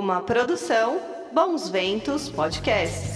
Uma produção Bons Ventos Podcasts.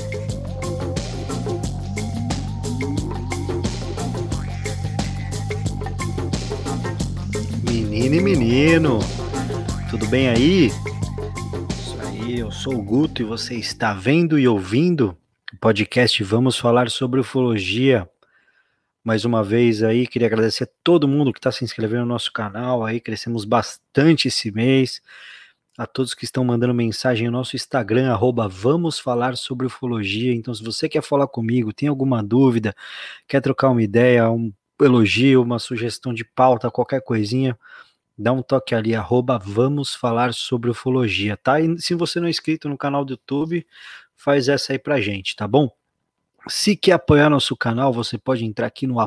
Menina e menino, tudo bem aí? Isso aí, eu sou o Guto e você está vendo e ouvindo o podcast Vamos Falar sobre Ufologia. Mais uma vez aí, queria agradecer a todo mundo que está se inscrevendo no nosso canal aí, crescemos bastante esse mês. A todos que estão mandando mensagem no nosso Instagram, @Vamos Falar sobre Ufologia. Então, se você quer falar comigo, tem alguma dúvida, quer trocar uma ideia, um elogio, uma sugestão de pauta, qualquer coisinha, dá um toque ali, @Vamos Falar sobre Ufologia, tá? E se você não é inscrito no canal do YouTube, faz essa aí pra gente, tá bom? Se quer apoiar nosso canal, você pode entrar aqui no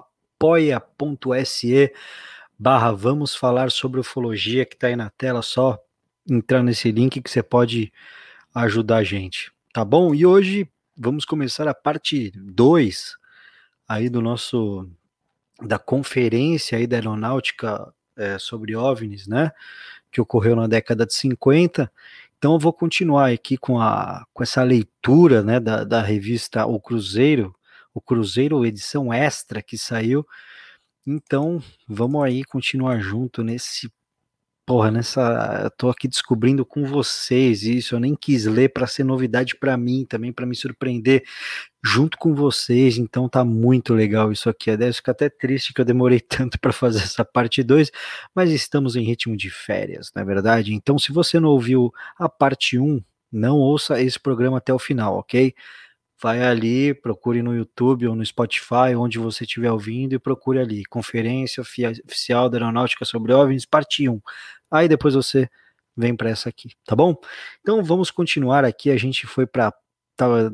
apoia.se/Vamos Falar sobre Ufologia, que tá aí na tela, só entrar nesse link que você pode ajudar a gente, tá bom? E hoje vamos começar a parte 2 aí da conferência aí da aeronáutica sobre OVNIs, né, que ocorreu na década de 50. Então eu vou continuar aqui com essa leitura, né, da revista O Cruzeiro edição extra que saiu. Então vamos aí continuar junto eu tô aqui descobrindo com vocês isso, eu nem quis ler para ser novidade para mim, também para me surpreender junto com vocês, então tá muito legal isso aqui. Deve ficar até triste que eu demorei tanto para fazer essa parte 2, mas estamos em ritmo de férias, não é verdade? Então, se você não ouviu a parte 1, não ouça esse programa até o final, ok? Vai ali, procure no YouTube ou no Spotify, onde você estiver ouvindo, e procure ali, Conferência Oficial da Aeronáutica sobre OVNIs, parte 1. Aí depois você vem para essa aqui, tá bom? Então vamos continuar aqui, a gente foi para estava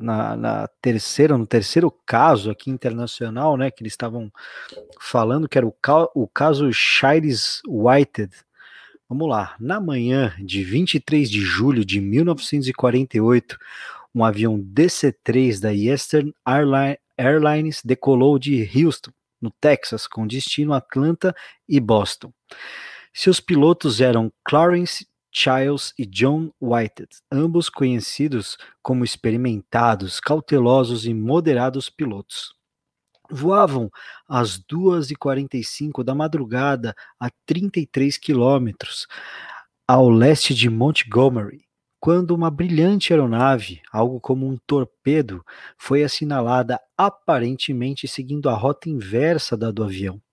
no terceiro caso aqui internacional, né, que eles estavam falando, que era o caso Shires Whited. Vamos lá. Na manhã de 23 de julho de 1948, um avião DC-3 da Eastern Airlines decolou de Houston, no Texas, com destino a Atlanta e Boston. Seus pilotos eram Clarence Childs e John Whited, ambos conhecidos como experimentados, cautelosos e moderados pilotos. Voavam às 2h45 da madrugada a 33 quilômetros ao leste de Montgomery, quando uma brilhante aeronave, algo como um torpedo, foi assinalada aparentemente seguindo a rota inversa da do avião.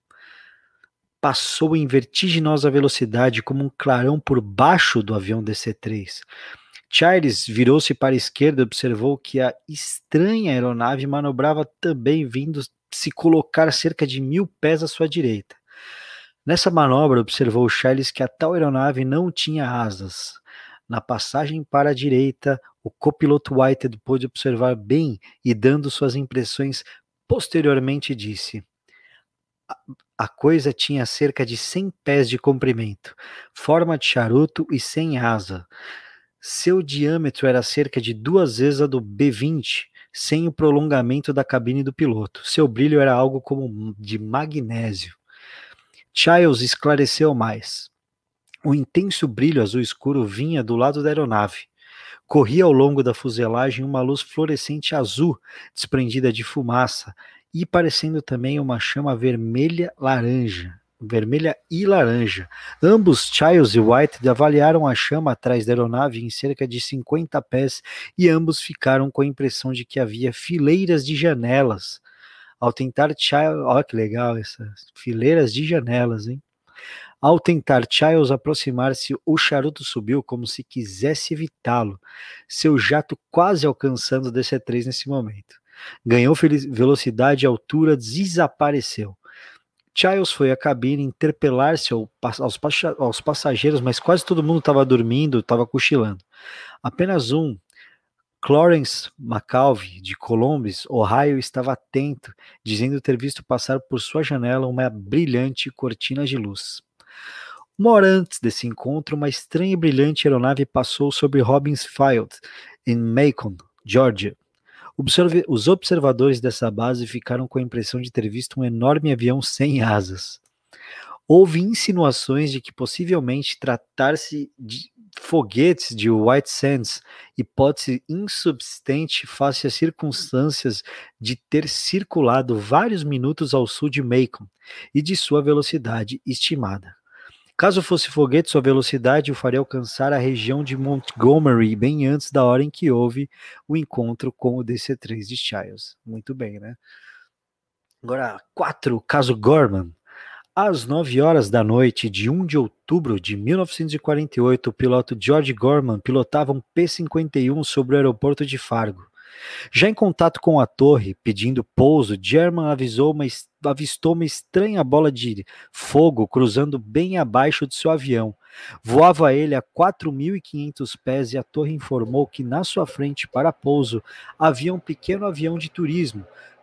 Passou em vertiginosa velocidade como um clarão por baixo do avião DC-3. Charles virou-se para a esquerda e observou que a estranha aeronave manobrava também, vindo se colocar cerca de 1.000 pés à sua direita. Nessa manobra, observou Charles que a tal aeronave não tinha asas. Na passagem para a direita, o copiloto Whited pôde observar bem e, dando suas impressões, posteriormente disse: a coisa tinha cerca de 100 pés de comprimento, forma de charuto e sem asa. Seu diâmetro era cerca de 2 vezes a do B-20, sem o prolongamento da cabine do piloto. Seu brilho era algo como de magnésio. Childs esclareceu mais. O intenso brilho azul escuro vinha do lado da aeronave. Corria ao longo da fuselagem uma luz fluorescente azul, desprendida de fumaça, e parecendo também uma chama vermelha e laranja. Ambos, Childs e White, avaliaram a chama atrás da aeronave em cerca de 50 pés e ambos ficaram com a impressão de que havia fileiras de janelas. Ao tentar olha que legal essas fileiras de janelas, hein? Ao tentar Childs aproximar-se, o charuto subiu como se quisesse evitá-lo, seu jato quase alcançando o DC-3 nesse momento. Ganhou velocidade e altura, desapareceu. Childs foi à cabine interpelar-se aos passageiros, mas quase todo mundo estava dormindo, estava cochilando. Apenas Clarence McAuliffe, de Columbus, Ohio, estava atento, dizendo ter visto passar por sua janela uma brilhante cortina de luz. Uma hora antes desse encontro, uma estranha e brilhante aeronave passou sobre Robbins Field, em Macon, Georgia. Os observadores dessa base ficaram com a impressão de ter visto um enorme avião sem asas. Houve insinuações de que possivelmente foguetes de White Sands, hipótese insubsistente face às circunstâncias de ter circulado vários minutos ao sul de Macon e de sua velocidade estimada. Caso fosse foguete, sua velocidade o faria alcançar a região de Montgomery bem antes da hora em que houve o encontro com o DC-3 de Childs. Muito bem, né? Agora, 4. Caso Gorman. Às 9 horas da noite de 1 de outubro de 1948, o piloto George Gorman pilotava um P-51 sobre o aeroporto de Fargo. Já em contato com a torre, pedindo pouso, German avistou uma estranha bola de fogo cruzando bem abaixo de seu avião. Voava ele a 4.500 pés e a torre informou que na sua frente, para pouso, havia um pequeno avião de turismo.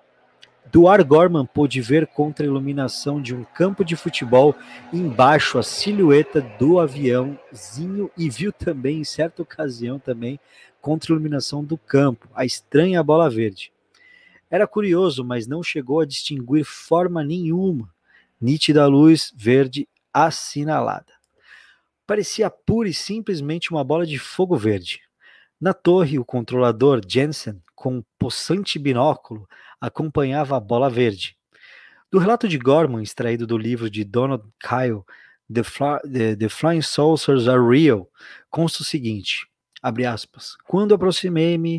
Do ar, Gorman pôde ver contra a iluminação de um campo de futebol embaixo a silhueta do aviãozinho e viu também, em certa ocasião também, contra a iluminação do campo, a estranha bola verde. Era curioso, mas não chegou a distinguir forma nenhuma, nítida luz verde assinalada. Parecia pura e simplesmente uma bola de fogo verde. Na torre, o controlador Jensen, com um possante binóculo, acompanhava a bola verde. Do relato de Gorman, extraído do livro de Donald Kyle, The Flying Saucers Are Real, consta o seguinte, abre aspas, quando aproximei-me,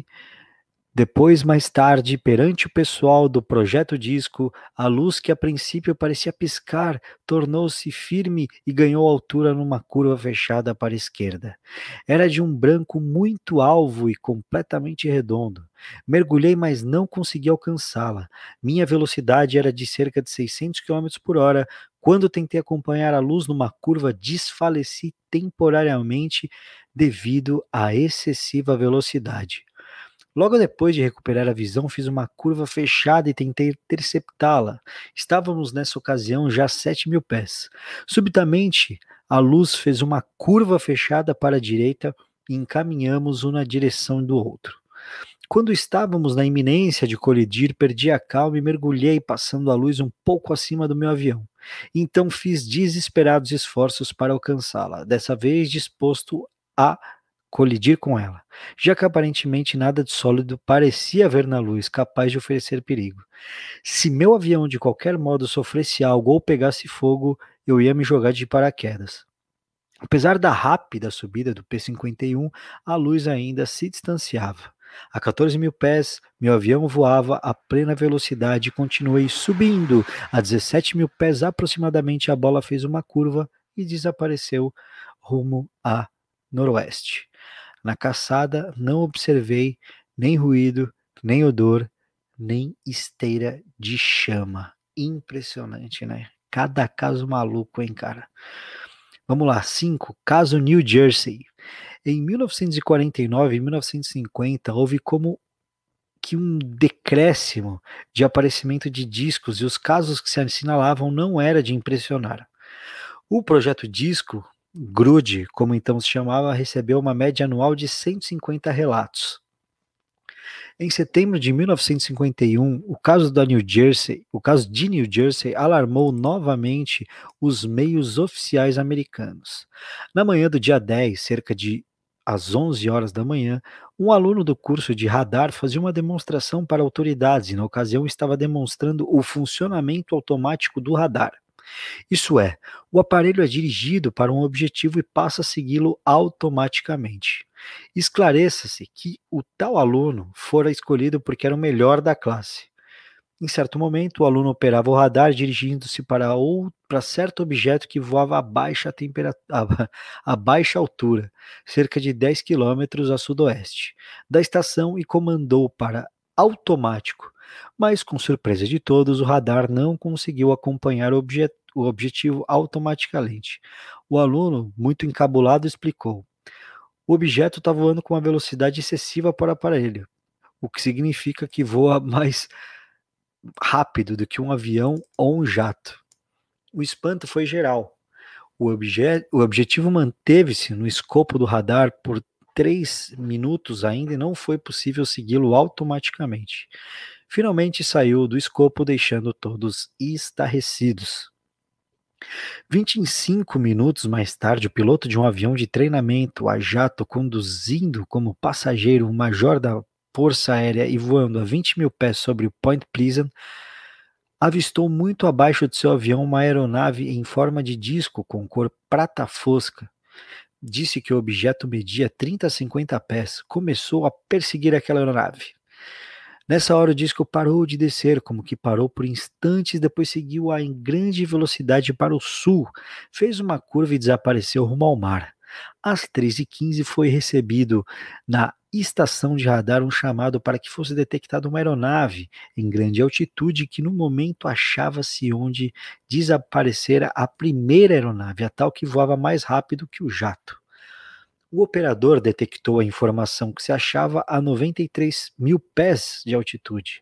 depois, mais tarde, perante o pessoal do Projeto Disco, a luz que a princípio parecia piscar tornou-se firme e ganhou altura numa curva fechada para a esquerda. Era de um branco muito alvo e completamente redondo. Mergulhei, mas não consegui alcançá-la. Minha velocidade era de cerca de 600 km por hora. Quando tentei acompanhar a luz numa curva, desfaleci temporariamente devido à excessiva velocidade. Logo depois de recuperar a visão, fiz uma curva fechada e tentei interceptá-la. Estávamos nessa ocasião já a 7.000 pés. Subitamente, a luz fez uma curva fechada para a direita e encaminhamos um na direção do outro. Quando estávamos na iminência de colidir, perdi a calma e mergulhei, passando a luz um pouco acima do meu avião. Então fiz desesperados esforços para alcançá-la, dessa vez disposto a colidir com ela, já que aparentemente nada de sólido parecia haver na luz, capaz de oferecer perigo. Se meu avião de qualquer modo sofresse algo ou pegasse fogo, eu ia me jogar de paraquedas. Apesar da rápida subida do P-51, a luz ainda se distanciava. A 14.000 pés, meu avião voava a plena velocidade e continuei subindo. A 17.000 pés aproximadamente, a bola fez uma curva e desapareceu rumo a noroeste. Na caçada, não observei nem ruído, nem odor, nem esteira de chama. Impressionante, né? Cada caso maluco, hein, cara? Vamos lá, 5. Caso New Jersey. Em 1949 e 1950, houve como que um decréscimo de aparecimento de discos e os casos que se assinalavam não era de impressionar. O projeto Disco, GRUD, como então se chamava, recebeu uma média anual de 150 relatos. Em setembro de 1951, o caso de New Jersey alarmou novamente os meios oficiais americanos. Na manhã do dia 10, cerca de às 11 horas da manhã, um aluno do curso de radar fazia uma demonstração para autoridades e, na ocasião, estava demonstrando o funcionamento automático do radar. Isso é, o aparelho é dirigido para um objetivo e passa a segui-lo automaticamente. Esclareça-se que o tal aluno fora escolhido porque era o melhor da classe. Em certo momento, o aluno operava o radar dirigindo-se para certo objeto que voava a baixa altura, cerca de 10 quilômetros a sudoeste da estação, e comandou para automático. Mas, com surpresa de todos, o radar não conseguiu acompanhar o objetivo automaticamente. O aluno, muito encabulado, explicou: o objeto está voando com uma velocidade excessiva para o aparelho, o que significa que voa mais rápido do que um avião ou um jato. O espanto foi geral. O objetivo manteve-se no escopo do radar por 3 minutos ainda e não foi possível segui-lo automaticamente. Finalmente saiu do escopo, deixando todos estarrecidos. 25 minutos mais tarde, o piloto de um avião de treinamento a jato conduzindo como passageiro um major da Força Aérea e voando a 20 mil pés sobre o Point Pleasant, avistou muito abaixo de seu avião uma aeronave em forma de disco com cor prata fosca. Disse que o objeto media 30 a 50 pés. Começou a perseguir aquela aeronave. Nessa hora o disco parou de descer, como que parou por instantes, depois seguiu em grande velocidade para o sul, fez uma curva e desapareceu rumo ao mar. Às 13h15 foi recebido na estação de radar um chamado para que fosse detectada uma aeronave em grande altitude que no momento achava-se onde desaparecera a primeira aeronave, a tal que voava mais rápido que o jato. O operador detectou a informação que se achava a 93 mil pés de altitude.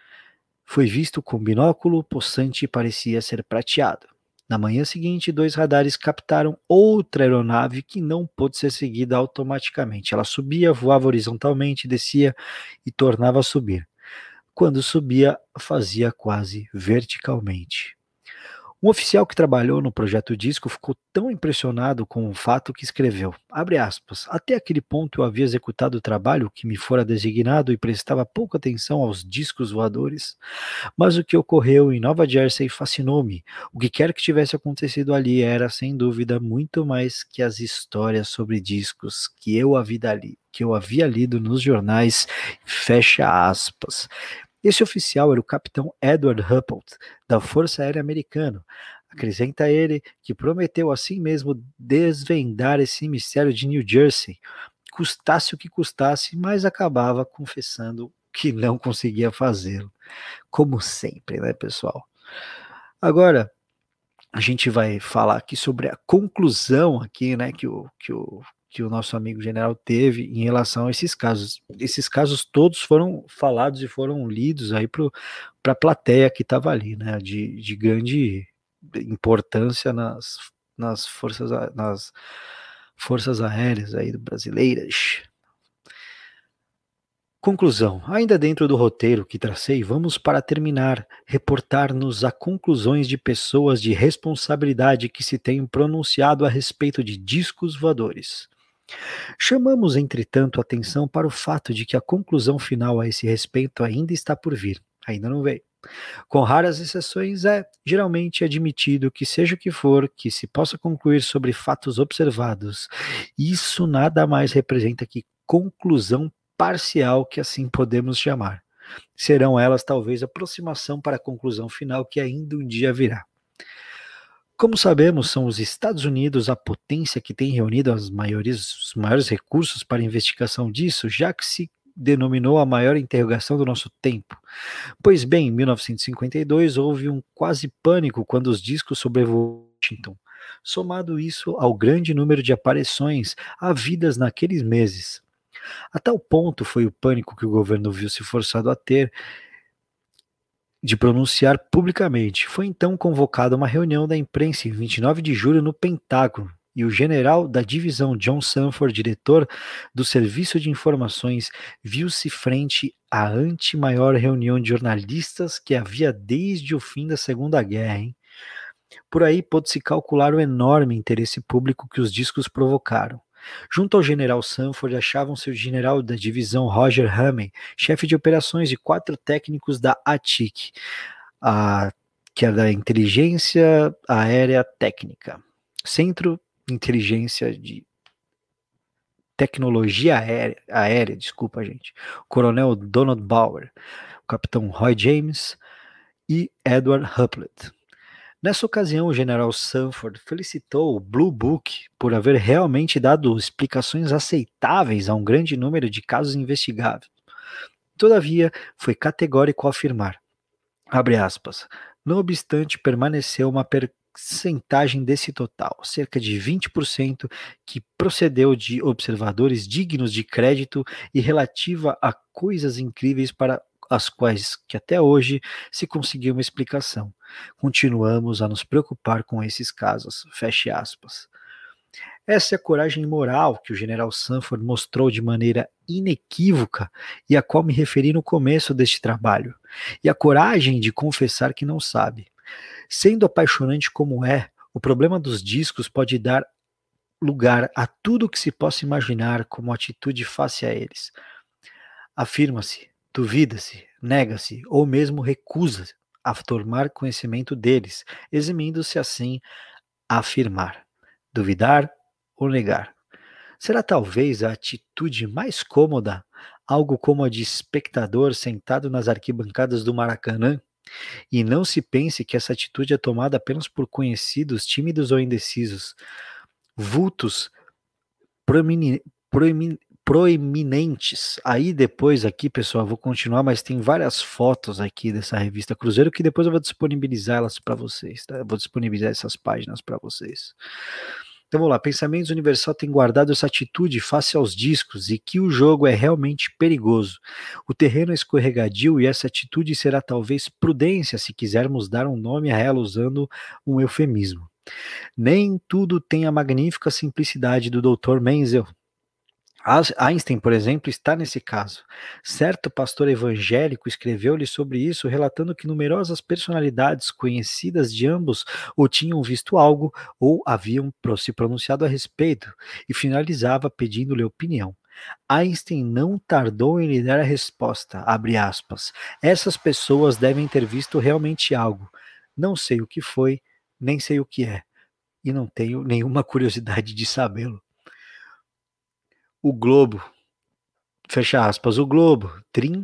Foi visto com binóculo possante e parecia ser prateado. Na manhã seguinte, 2 radares captaram outra aeronave que não pôde ser seguida automaticamente. Ela subia, voava horizontalmente, descia e tornava a subir. Quando subia, fazia quase verticalmente. Um oficial que trabalhou no projeto Disco ficou tão impressionado com o fato que escreveu, abre aspas, até aquele ponto eu havia executado o trabalho que me fora designado e prestava pouca atenção aos discos voadores, mas o que ocorreu em Nova Jersey fascinou-me. O que quer que tivesse acontecido ali era, sem dúvida, muito mais que as histórias sobre discos que eu havia lido nos jornais, fecha aspas. Esse oficial era o capitão Edward Huppelt, da Força Aérea Americana. Acrescenta ele que prometeu assim mesmo desvendar esse mistério de New Jersey, custasse o que custasse, mas acabava confessando que não conseguia fazê-lo. Como sempre, né, pessoal? Agora, a gente vai falar aqui sobre a conclusão aqui, né, que o nosso amigo general teve em relação a esses casos. Esses casos todos foram falados e foram lidos aí para a plateia que estava ali, né, de grande importância nas forças aéreas aí brasileiras. Conclusão. Ainda dentro do roteiro que tracei, vamos para terminar, reportar-nos a conclusões de pessoas de responsabilidade que se tenham pronunciado a respeito de discos voadores. Chamamos, entretanto, atenção para o fato de que a conclusão final a esse respeito ainda está por vir. Ainda não veio. Com raras exceções, geralmente admitido que seja o que for que se possa concluir sobre fatos observados. Isso nada mais representa que conclusão parcial, que assim podemos chamar. Serão elas talvez aproximação para a conclusão final que ainda um dia virá. Como sabemos, são os Estados Unidos a potência que tem reunido os maiores recursos para a investigação disso, já que se denominou a maior interrogação do nosso tempo. Pois bem, em 1952 houve um quase pânico quando os discos sobrevoaram Washington. Somado isso ao grande número de aparições havidas naqueles meses. A tal ponto foi o pânico que o governo viu se forçado a ter de pronunciar publicamente. Foi então convocada uma reunião da imprensa em 29 de julho no Pentágono, e o general da divisão John Sanford, diretor do Serviço de Informações, viu-se frente à antemaior reunião de jornalistas que havia desde o fim da Segunda Guerra. Hein? Por aí pôde-se calcular o enorme interesse público que os discos provocaram. Junto ao general Sanford achavam-se o general da divisão Roger Hamey, chefe de operações, e 4 técnicos da ATIC, que é da Inteligência Aérea Técnica, Centro de Inteligência de Tecnologia Aérea, desculpa, gente, o coronel Donald Bauer, o capitão Roy James e Edward Hupplet. Nessa ocasião, o general Sanford felicitou o Blue Book por haver realmente dado explicações aceitáveis a um grande número de casos investigados. Todavia, foi categórico ao afirmar, abre aspas, não obstante, permaneceu uma percentagem desse total, cerca de 20%, que procedeu de observadores dignos de crédito e relativa a coisas incríveis para as quais que até hoje se conseguiu uma explicação. Continuamos a nos preocupar com esses casos, fecha aspas. Essa é a coragem moral que o general Sanford mostrou de maneira inequívoca e a qual me referi no começo deste trabalho, e a coragem de confessar que não sabe. Sendo apaixonante como é, O problema dos discos pode dar lugar a tudo que se possa imaginar como atitude face a eles. Afirma-se, duvida-se, nega-se ou mesmo recusa a tomar conhecimento deles, eximindo-se assim a afirmar, duvidar ou negar. Será talvez a atitude mais cômoda, algo como a de espectador sentado nas arquibancadas do Maracanã? E não se pense que essa atitude é tomada apenas por conhecidos tímidos ou indecisos, vultos proeminentes. Aí depois aqui, pessoal, eu vou continuar, mas tem várias fotos aqui dessa revista Cruzeiro que depois eu vou disponibilizar elas para vocês, tá? Eu vou disponibilizar essas páginas para vocês. Então vamos lá, Pensamentos Universal tem guardado essa atitude face aos discos e que o jogo é realmente perigoso. O terreno é escorregadio e essa atitude será talvez prudência se quisermos dar um nome a ela usando um eufemismo. Nem tudo tem a magnífica simplicidade do Dr. Menzel. Einstein, por exemplo, está nesse caso. Certo pastor evangélico escreveu-lhe sobre isso, relatando que numerosas personalidades conhecidas de ambos ou tinham visto algo ou haviam se pronunciado a respeito, e finalizava pedindo-lhe opinião. Einstein não tardou em lhe dar a resposta, abre aspas, essas pessoas devem ter visto realmente algo. Não sei o que foi, nem sei o que é, e não tenho nenhuma curiosidade de sabê-lo. O Globo, fecha aspas, o Globo,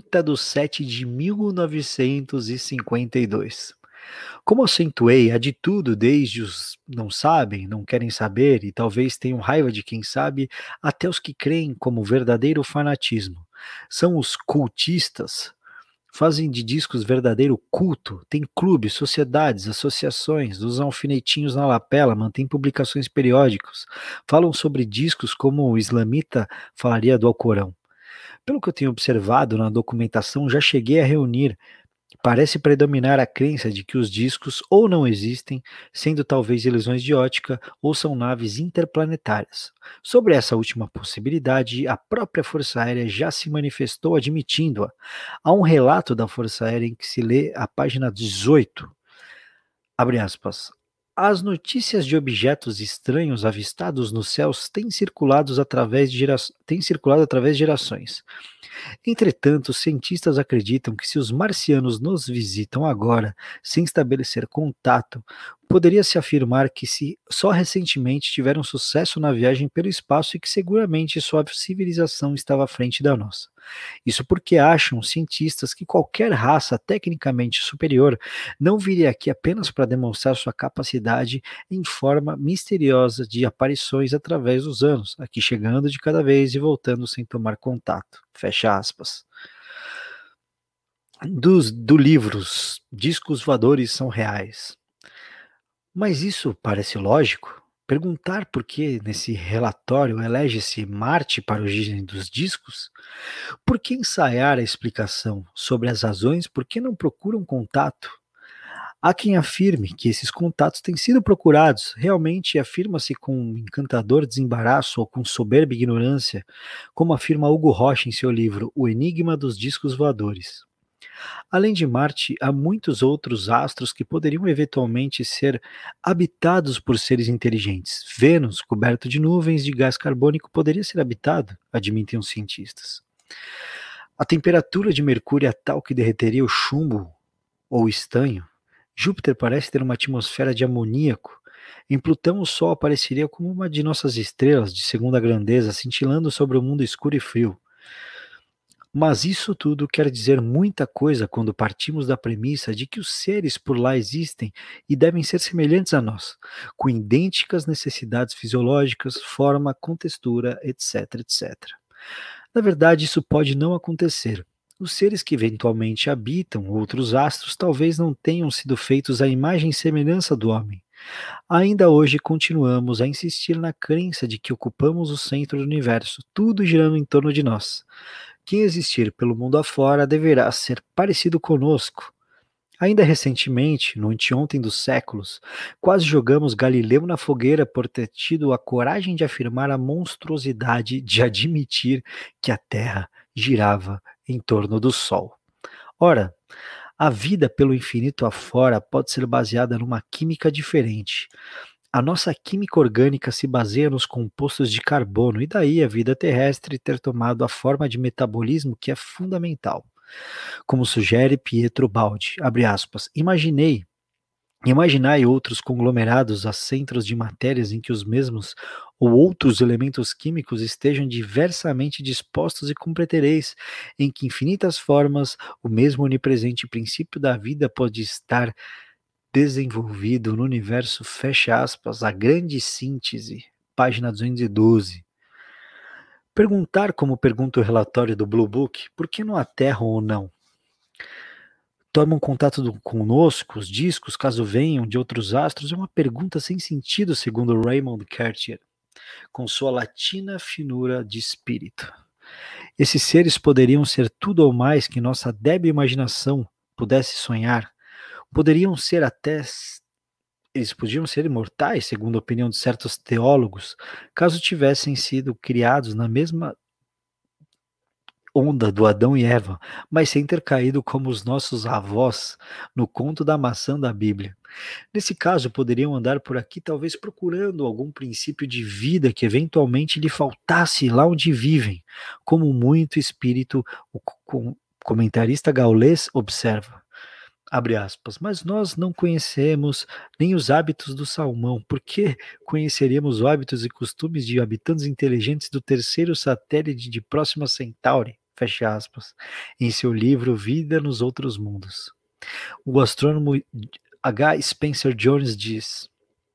30/7/1952. Como acentuei, há de tudo, desde os não sabem, não querem saber e talvez tenham raiva de quem sabe, até os que creem como verdadeiro fanatismo. São os cultistas, fazem de discos verdadeiro culto, tem clubes, sociedades, associações, usam alfinetinhos na lapela, mantêm publicações periódicas, falam sobre discos como o islamita falaria do Alcorão. Pelo que eu tenho observado na documentação, já cheguei a reunir. Parece predominar a crença de que os discos ou não existem, sendo talvez ilusões de ótica, ou são naves interplanetárias. Sobre essa última possibilidade, a própria Força Aérea já se manifestou admitindo-a. Há um relato da Força Aérea em que se lê a página 18, abre aspas. As notícias de objetos estranhos avistados nos céus têm circulado através de gerações. Entretanto, cientistas acreditam que se os marcianos nos visitam agora, sem estabelecer contato, poderia-se afirmar que só recentemente tiveram sucesso na viagem pelo espaço e que seguramente sua civilização estava à frente da nossa. Isso porque acham cientistas que qualquer raça tecnicamente superior não viria aqui apenas para demonstrar sua capacidade em forma misteriosa de aparições através dos anos, aqui chegando de cada vez e voltando sem tomar contato. Fecha aspas. Do livros, discos voadores são reais. Mas isso parece lógico? Perguntar por que nesse relatório elege-se Marte para a origem dos discos? Por que ensaiar a explicação sobre as razões por que não procuram contato? Há quem afirme que esses contatos têm sido procurados, realmente afirma-se com um encantador desembaraço ou com soberba ignorância, como afirma Hugo Rocha em seu livro O Enigma dos Discos Voadores. Além de Marte, há muitos outros astros que poderiam eventualmente ser habitados por seres inteligentes. Vênus, coberto de nuvens de gás carbônico, poderia ser habitado, admitem os cientistas. A temperatura de Mercúrio é tal que derreteria o chumbo ou estanho. Júpiter parece ter uma atmosfera de amoníaco. Em Plutão, o Sol apareceria como uma de nossas estrelas de segunda grandeza, cintilando sobre o mundo escuro e frio. Mas isso tudo quer dizer muita coisa quando partimos da premissa de que os seres por lá existem e devem ser semelhantes a nós, com idênticas necessidades fisiológicas, forma, contextura, etc, etc. Na verdade, isso pode não acontecer. Os seres que eventualmente habitam outros astros talvez não tenham sido feitos à imagem e semelhança do homem. Ainda hoje continuamos a insistir na crença de que ocupamos o centro do universo, tudo girando em torno de nós. Quem existir pelo mundo afora deverá ser parecido conosco. Ainda recentemente, no anteontem dos séculos, quase jogamos Galileu na fogueira por ter tido a coragem de afirmar a monstruosidade de admitir que a Terra girava em torno do Sol. Ora, a vida pelo infinito afora pode ser baseada numa química diferente. A nossa química orgânica se baseia nos compostos de carbono, e daí a vida terrestre ter tomado a forma de metabolismo que é fundamental. Como sugere Pietro Baldi, abre aspas, imaginai outros conglomerados a centros de matérias em que os mesmos ou outros elementos químicos estejam diversamente dispostos e compreendereis em que infinitas formas o mesmo onipresente princípio da vida pode estar desenvolvido no universo, fecha aspas, a grande síntese, página 212. Perguntar, como pergunta o relatório do Blue Book, por que não há Terra ou não? Tomam contato conosco, os discos, caso venham de outros astros, é uma pergunta sem sentido, segundo Raymond Cartier, com sua latina finura de espírito. Esses seres poderiam ser tudo ou mais que nossa débil imaginação pudesse sonhar, poderiam ser até eles podiam ser imortais, segundo a opinião de certos teólogos, caso tivessem sido criados na mesma onda do Adão e Eva, mas sem ter caído como os nossos avós no conto da maçã da Bíblia. Nesse caso, poderiam andar por aqui talvez procurando algum princípio de vida que eventualmente lhe faltasse lá onde vivem, como muito espírito, o comentarista gaulês observa. Abre aspas, mas nós não conhecemos nem os hábitos do salmão, por que conheceríamos os hábitos e costumes de habitantes inteligentes do terceiro satélite de Próxima Centauri? Fecha aspas, em seu livro Vida nos Outros Mundos. O astrônomo H. Spencer Jones diz,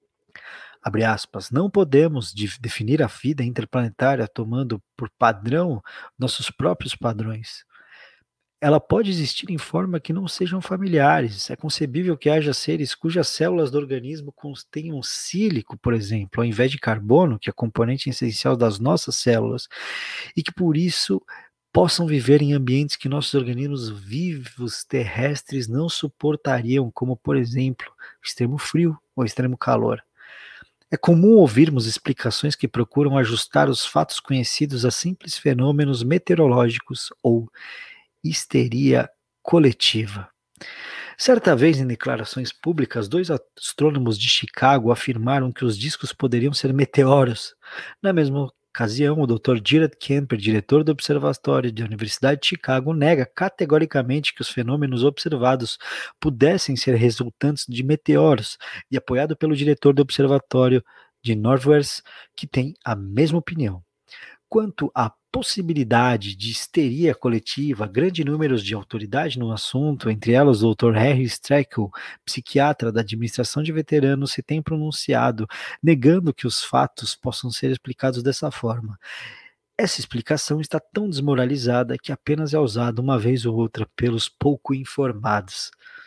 abre aspas, não podemos definir a vida interplanetária tomando por padrão nossos próprios padrões. Ela pode existir em forma que não sejam familiares. É concebível que haja seres cujas células do organismo contenham sílico, por exemplo, ao invés de carbono, que é componente essencial das nossas células, e que por isso possam viver em ambientes que nossos organismos vivos terrestres não suportariam, como, por exemplo, o extremo frio ou extremo calor. É comum ouvirmos explicações que procuram ajustar os fatos conhecidos a simples fenômenos meteorológicos ou histeria coletiva. Certa vez, em declarações públicas, 2 astrônomos de Chicago afirmaram que os discos poderiam ser meteoros. Na mesma ocasião, o Dr. Gerard Kemper, diretor do Observatório da Universidade de Chicago, nega categoricamente que os fenômenos observados pudessem ser resultantes de meteoros, e apoiado pelo diretor do Observatório de Northwest, que tem a mesma opinião. Quanto à possibilidade de histeria coletiva, grande número de autoridades no assunto, entre elas o Dr. Harry Streckel, psiquiatra da administração de veteranos, se tem pronunciado, negando que os fatos possam ser explicados dessa forma. Essa explicação está tão desmoralizada que apenas é usada uma vez ou outra pelos pouco informados.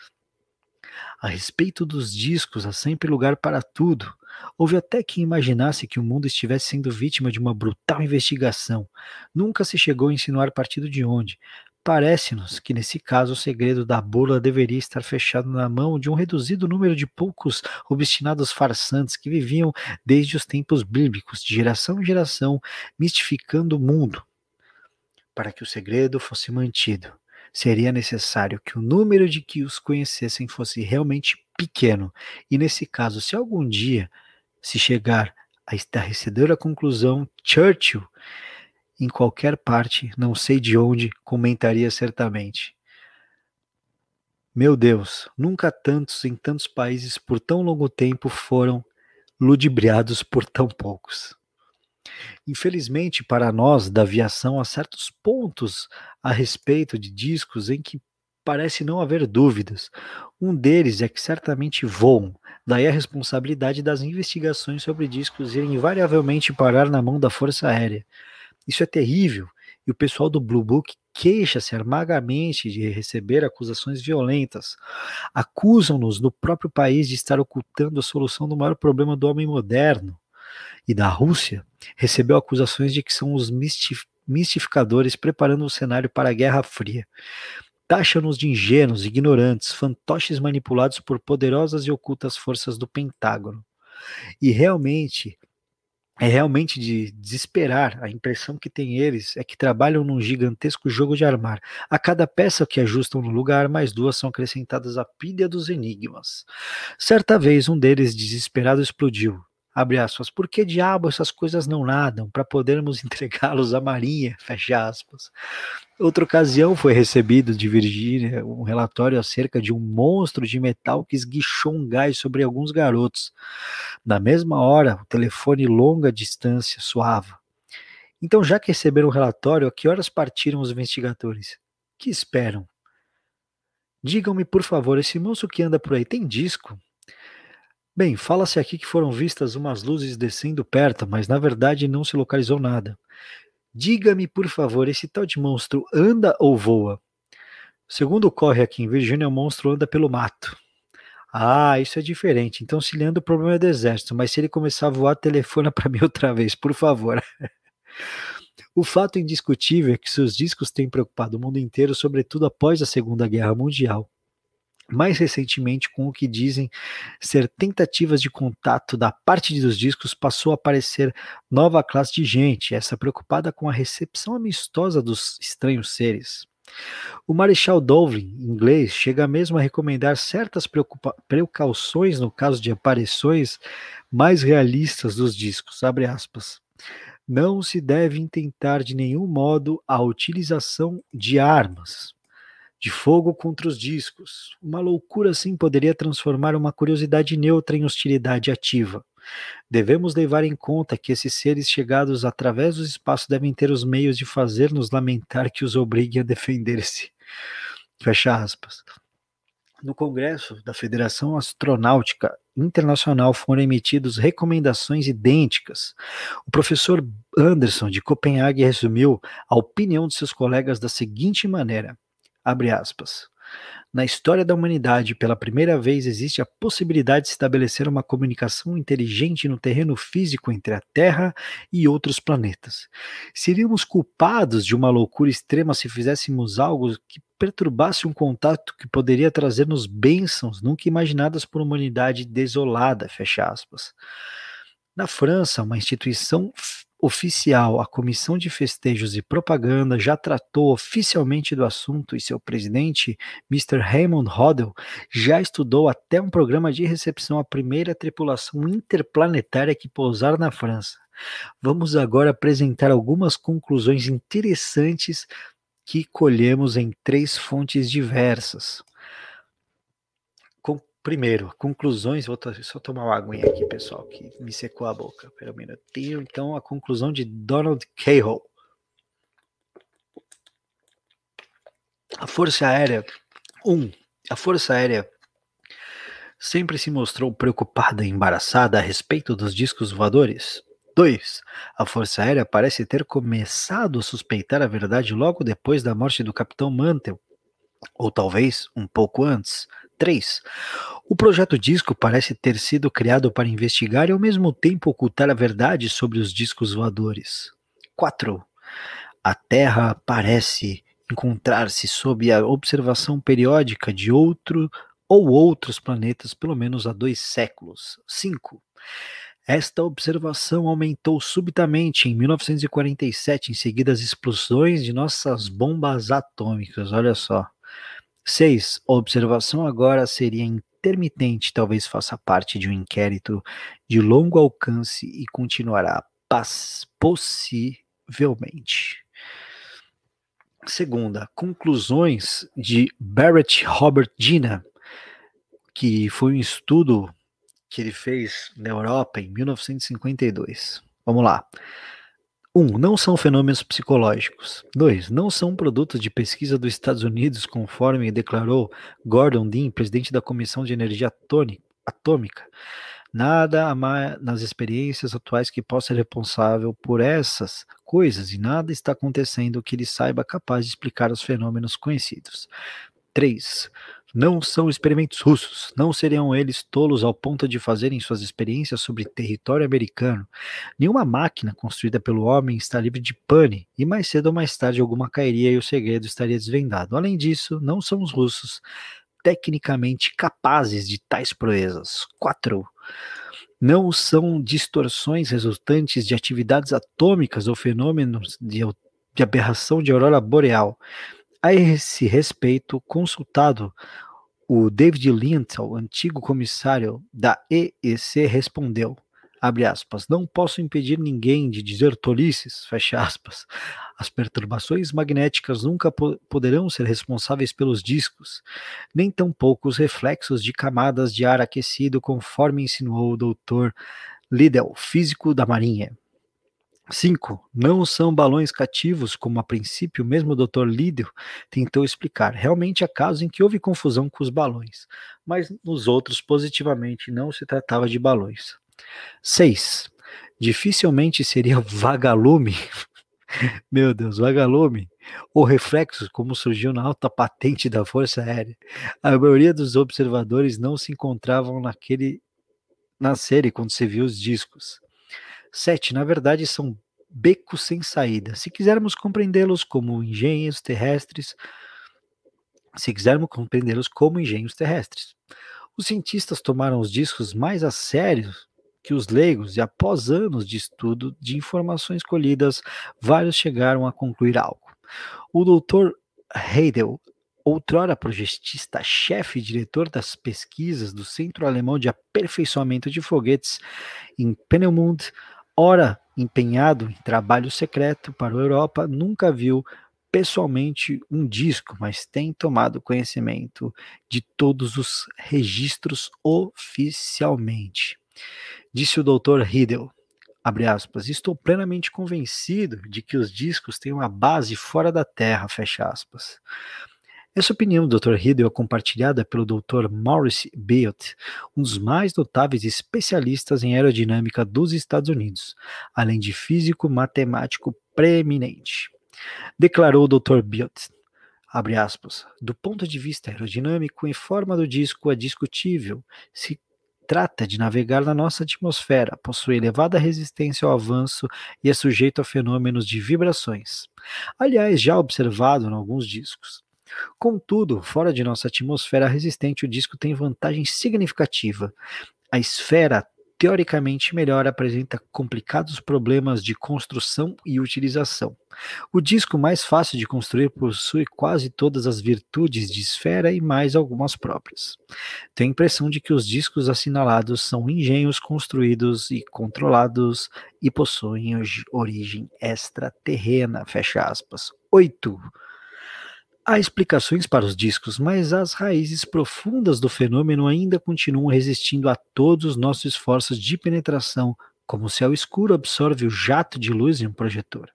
A respeito dos discos, há sempre lugar para tudo. Houve até quem imaginasse que o mundo estivesse sendo vítima de uma brutal investigação. Nunca se chegou a insinuar partido de onde. Parece-nos que, nesse caso, o segredo da bula deveria estar fechado na mão de um reduzido número de poucos obstinados farsantes que viviam desde os tempos bíblicos, de geração em geração, mistificando o mundo. Para que o segredo fosse mantido, seria necessário que o número de que os conhecessem fosse realmente pequeno, e nesse caso, se algum dia se chegar a estarrecedora conclusão, Churchill, em qualquer parte, não sei de onde, comentaria certamente: meu Deus, nunca tantos em tantos países por tão longo tempo foram ludibriados por tão poucos. Infelizmente, para nós da aviação, há certos pontos a respeito de discos em que parece não haver dúvidas. Um deles é que certamente voam, daí a responsabilidade das investigações sobre discos irem invariavelmente parar na mão da Força Aérea. Isso é terrível, e o pessoal do Blue Book queixa-se amargamente de receber acusações violentas. Acusam-nos no próprio país de estar ocultando a solução do maior problema do homem moderno. E da Rússia, recebeu acusações de que são os mistificadores preparando o cenário para a Guerra Fria. Taxa-nos de ingênuos, ignorantes, fantoches manipulados por poderosas e ocultas forças do Pentágono. E realmente, É realmente de desesperar. A impressão que tem eles é que trabalham num gigantesco jogo de armar. A cada peça que ajustam no lugar, mais duas são acrescentadas à pilha dos enigmas. Certa vez, um deles, desesperado, explodiu. Abre aspas. Por que diabo essas coisas não nadam? Para podermos entregá-los à marinha? Fecha aspas. Outra ocasião foi recebido de Virgínia um relatório acerca de um monstro de metal que esguichou um gás sobre alguns garotos. Na mesma hora, o telefone longa distância soava. Então, já que receberam o relatório, a que horas partiram os investigadores? Que esperam? Digam-me, por favor, esse moço que anda por aí tem disco? Bem, fala-se aqui que foram vistas umas luzes descendo perto, mas na verdade não se localizou nada. Diga-me, por favor, esse tal de monstro anda ou voa? Segundo ocorre aqui em Virgínia, o monstro anda pelo mato. Ah, isso é diferente. Então, se ele anda, o problema é do exército, mas se ele começar a voar, telefona para mim outra vez, por favor. O fato indiscutível é que seus discos têm preocupado o mundo inteiro, sobretudo após a Segunda Guerra Mundial. Mais recentemente, com o que dizem ser tentativas de contato da parte dos discos, passou a aparecer nova classe de gente, essa preocupada com a recepção amistosa dos estranhos seres. O Marechal Dowling, inglês, chega mesmo a recomendar certas precauções no caso de aparições mais realistas dos discos. Abre aspas. Não se deve intentar de nenhum modo a utilização de armas de fogo contra os discos. Uma loucura assim poderia transformar uma curiosidade neutra em hostilidade ativa. Devemos levar em conta que esses seres chegados através do espaço devem ter os meios de fazer-nos lamentar que os obriguem a defender-se. Fecha aspas. No Congresso da Federação Astronáutica Internacional foram emitidas recomendações idênticas. O professor Anderson, de Copenhague, resumiu a opinião de seus colegas da seguinte maneira, abre aspas, na história da humanidade, pela primeira vez existe a possibilidade de estabelecer uma comunicação inteligente no terreno físico entre a Terra e outros planetas. Seríamos culpados de uma loucura extrema se fizéssemos algo que perturbasse um contato que poderia trazer-nos bênçãos nunca imaginadas por uma humanidade desolada, fecha aspas. Na França, uma instituição oficial, a Comissão de Festejos e Propaganda, já tratou oficialmente do assunto e seu presidente, Mr. Raymond Hodel, já estudou até um programa de recepção à primeira tripulação interplanetária que pousar na França. Vamos agora apresentar algumas conclusões interessantes que colhemos em 3 fontes diversas. Primeiro, conclusões, vou só tomar uma aguinha aqui, pessoal, que me secou a boca. Espera um minutinho. Então, a conclusão de Donald Cahill. A Força Aérea, a Força Aérea sempre se mostrou preocupada e embaraçada a respeito dos discos voadores. 2. A Força Aérea parece ter começado a suspeitar a verdade logo depois da morte do Capitão Mantell, ou talvez um pouco antes. 3. O projeto Disco parece ter sido criado para investigar e ao mesmo tempo ocultar a verdade sobre os discos voadores. 4. A Terra parece encontrar-se sob a observação periódica de outro ou outros planetas pelo menos há 2 séculos. 5. Esta observação aumentou subitamente em 1947, em seguida às explosões de nossas bombas atômicas. Olha só. 6. A observação agora seria intermitente, talvez faça parte de um inquérito de longo alcance e continuará possivelmente. Segunda, conclusões de Barrett Robert Gina, que foi um estudo que ele fez na Europa em 1952. Vamos lá. 1. Não são fenômenos psicológicos. 2. Não são produtos de pesquisa dos Estados Unidos, conforme declarou Gordon Dean, presidente da Comissão de Energia Atômica. Nada nas experiências atuais que possa ser responsável por essas coisas e nada está acontecendo que ele saiba capaz de explicar os fenômenos conhecidos. 3. Não são experimentos russos, não seriam eles tolos ao ponto de fazerem suas experiências sobre território americano. Nenhuma máquina construída pelo homem está livre de pane, e mais cedo ou mais tarde alguma cairia e o segredo estaria desvendado. Além disso, não são os russos tecnicamente capazes de tais proezas. 4. Não são distorções resultantes de atividades atômicas ou fenômenos de aberração de aurora boreal. A esse respeito, consultado, o David Lintel, antigo comissário da EEC, respondeu, abre aspas, não posso impedir ninguém de dizer tolices, fecha aspas. As perturbações magnéticas nunca poderão ser responsáveis pelos discos, nem tampouco os reflexos de camadas de ar aquecido, conforme insinuou o Dr. Liddell, físico da Marinha. 5. Não são balões cativos, como a princípio mesmo o Dr. Liddell tentou explicar. Realmente há casos em que houve confusão com os balões, mas nos outros, positivamente, não se tratava de balões. 6. Dificilmente seria vagalume, meu Deus, vagalume, ou reflexos, como surgiu na alta patente da Força Aérea. A maioria dos observadores não se encontravam na série quando se viu os discos. 7. Na verdade, são becos sem saída. Se quisermos compreendê-los como engenhos terrestres, os cientistas tomaram os discos mais a sério que os leigos e após anos de estudo de informações colhidas, vários chegaram a concluir algo. O Dr. Heidel, outrora projetista-chefe e diretor das pesquisas do Centro Alemão de Aperfeiçoamento de Foguetes em Peenemünde, ora empenhado em trabalho secreto para a Europa, nunca viu pessoalmente um disco, mas tem tomado conhecimento de todos os registros oficialmente. Disse o Dr. Riedel, abre aspas, estou plenamente convencido de que os discos têm uma base fora da Terra, fecha aspas. Essa opinião do Dr. Riedel é compartilhada pelo Dr. Maurice Biot, um dos mais notáveis especialistas em aerodinâmica dos Estados Unidos, além de físico matemático preeminente. Declarou o Dr. Biot, abre aspas, do ponto de vista aerodinâmico, em forma do disco é discutível. Se trata de navegar na nossa atmosfera, possui elevada resistência ao avanço e é sujeito a fenômenos de vibrações. Aliás, já observado em alguns discos. Contudo, fora de nossa atmosfera resistente, o disco tem vantagem significativa. A esfera, teoricamente melhor, apresenta complicados problemas de construção e utilização. O disco mais fácil de construir possui quase todas as virtudes de esfera e mais algumas próprias. Tenho a impressão de que os discos assinalados são engenhos construídos e controlados e possuem origem extraterrena, fecha aspas. 8. Há explicações para os discos, mas as raízes profundas do fenômeno ainda continuam resistindo a todos os nossos esforços de penetração, como o céu escuro absorve o jato de luz em um projetor.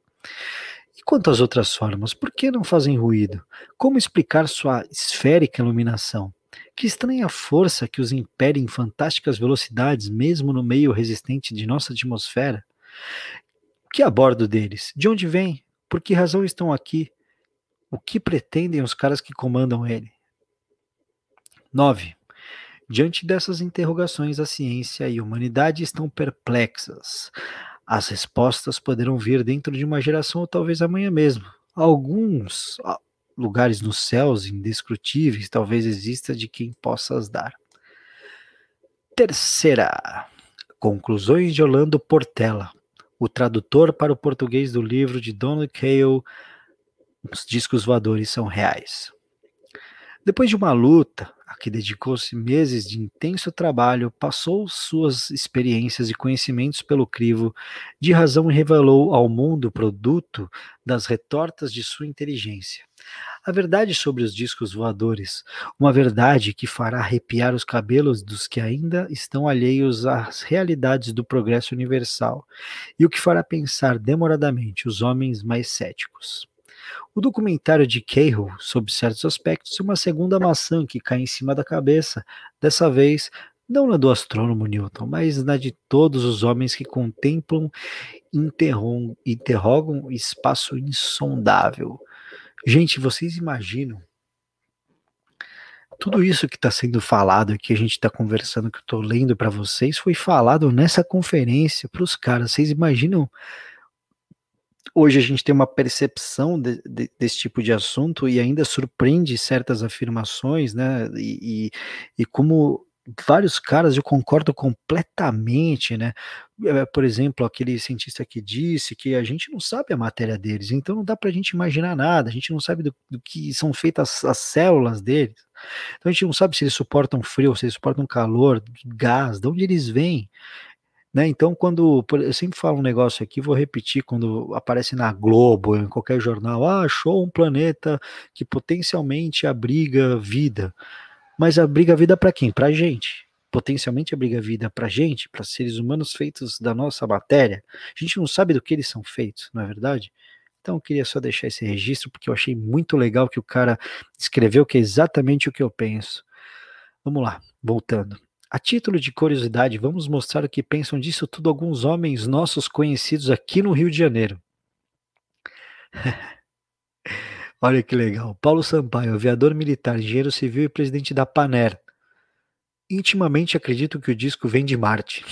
E quanto às outras formas, por que não fazem ruído? Como explicar sua esférica iluminação? Que estranha força que os impele em fantásticas velocidades, mesmo no meio resistente de nossa atmosfera? O que há a bordo deles? De onde vêm? Por que razão estão aqui? O que pretendem os caras que comandam ele? 9. Diante dessas interrogações, a ciência e a humanidade estão perplexas. As respostas poderão vir dentro de uma geração ou talvez amanhã mesmo. Alguns lugares nos céus indescrutíveis talvez exista de quem possa as dar. Terceira. Conclusões de Orlando Portela, o tradutor para o português do livro de Donald Kael, Os discos voadores são reais. Depois de uma luta a que dedicou-se meses de intenso trabalho, passou suas experiências e conhecimentos pelo crivo, de razão e revelou ao mundo o produto das retortas de sua inteligência. A verdade sobre os discos voadores, uma verdade que fará arrepiar os cabelos dos que ainda estão alheios às realidades do progresso universal, e o que fará pensar demoradamente os homens mais céticos. O documentário de Cahill, sob certos aspectos, é uma segunda maçã que cai em cima da cabeça, dessa vez não na do astrônomo Newton, mas na de todos os homens que contemplam e interrogam o espaço insondável. Gente, vocês imaginam tudo isso que está sendo falado, que a gente está conversando, que eu estou lendo para vocês, foi falado nessa conferência para os caras. Vocês imaginam? Hoje a gente tem uma percepção desse tipo de assunto e ainda surpreende certas afirmações, né? E como vários caras eu concordo completamente, né? Por exemplo, aquele cientista que disse que a gente não sabe a matéria deles, então não dá para a gente imaginar nada, a gente não sabe do que são feitas as células deles, então a gente não sabe se eles suportam frio, se eles suportam calor, gás, de onde eles vêm, né? Então, eu sempre falo um negócio aqui, vou repetir, quando aparece na Globo, em qualquer jornal, achou um planeta que potencialmente abriga vida. Mas abriga vida para quem? Para a gente. Potencialmente abriga vida para a gente, para seres humanos feitos da nossa matéria. A gente não sabe do que eles são feitos, não é verdade? Então eu queria só deixar esse registro, porque eu achei muito legal que o cara escreveu, que é exatamente o que eu penso. Vamos lá, voltando. A título de curiosidade, vamos mostrar o que pensam disso tudo alguns homens nossos conhecidos aqui no Rio de Janeiro. Olha que legal. Paulo Sampaio, aviador militar, engenheiro civil e presidente da Paner. Intimamente acredito que o disco vem de Marte.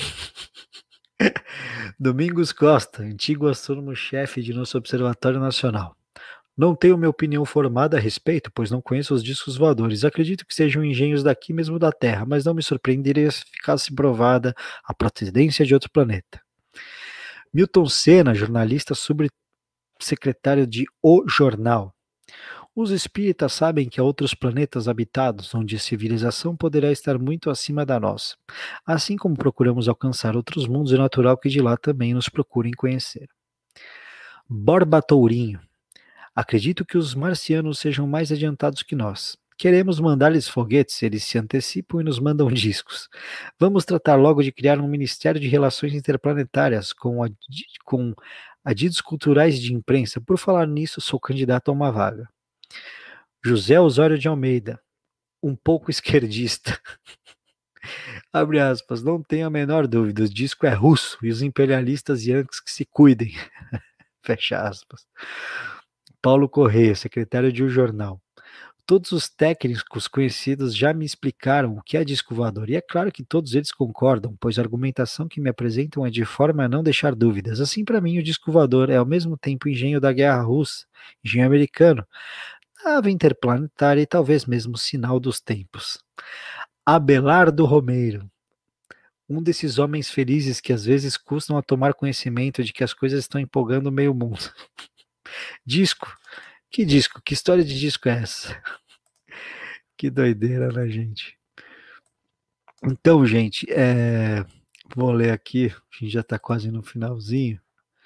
Domingos Costa, antigo astrônomo-chefe de nosso Observatório Nacional. Não tenho minha opinião formada a respeito, pois não conheço os discos voadores. Acredito que sejam engenhos daqui mesmo da Terra, mas não me surpreenderia se ficasse provada a procedência de outro planeta. Milton Senna, jornalista subsecretário de O Jornal. Os espíritas sabem que há outros planetas habitados, onde a civilização poderá estar muito acima da nossa. Assim como procuramos alcançar outros mundos, é natural que de lá também nos procurem conhecer. Borba Tourinho. Acredito que os marcianos sejam mais adiantados que nós. Queremos mandar-lhes foguetes, eles se antecipam e nos mandam discos. Vamos tratar logo de criar um Ministério de Relações Interplanetárias com adidos culturais de imprensa. Por falar nisso, sou candidato a uma vaga. José Osório de Almeida, um pouco esquerdista. Abre aspas, não tenho a menor dúvida, o disco é russo e os imperialistas yankees que se cuidem. Fecha aspas. Paulo Correia, secretário de um jornal. Todos os técnicos conhecidos já me explicaram o que é disco voador, e é claro que todos eles concordam, pois a argumentação que me apresentam é de forma a não deixar dúvidas. Assim, para mim, o disco voador é ao mesmo tempo engenho da guerra russa, engenho americano, nave interplanetária e talvez mesmo sinal dos tempos. Abelardo Romeiro, um desses homens felizes que às vezes custam a tomar conhecimento de que as coisas estão empolgando o meio mundo. Disco? Que disco? Que história de disco é essa? Que doideira, né, gente? Então, gente, vou ler aqui, a gente já está quase no finalzinho.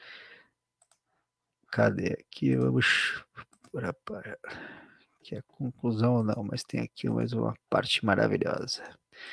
Cadê aqui? Vamos para que é a conclusão não, mas tem aqui mais uma parte maravilhosa.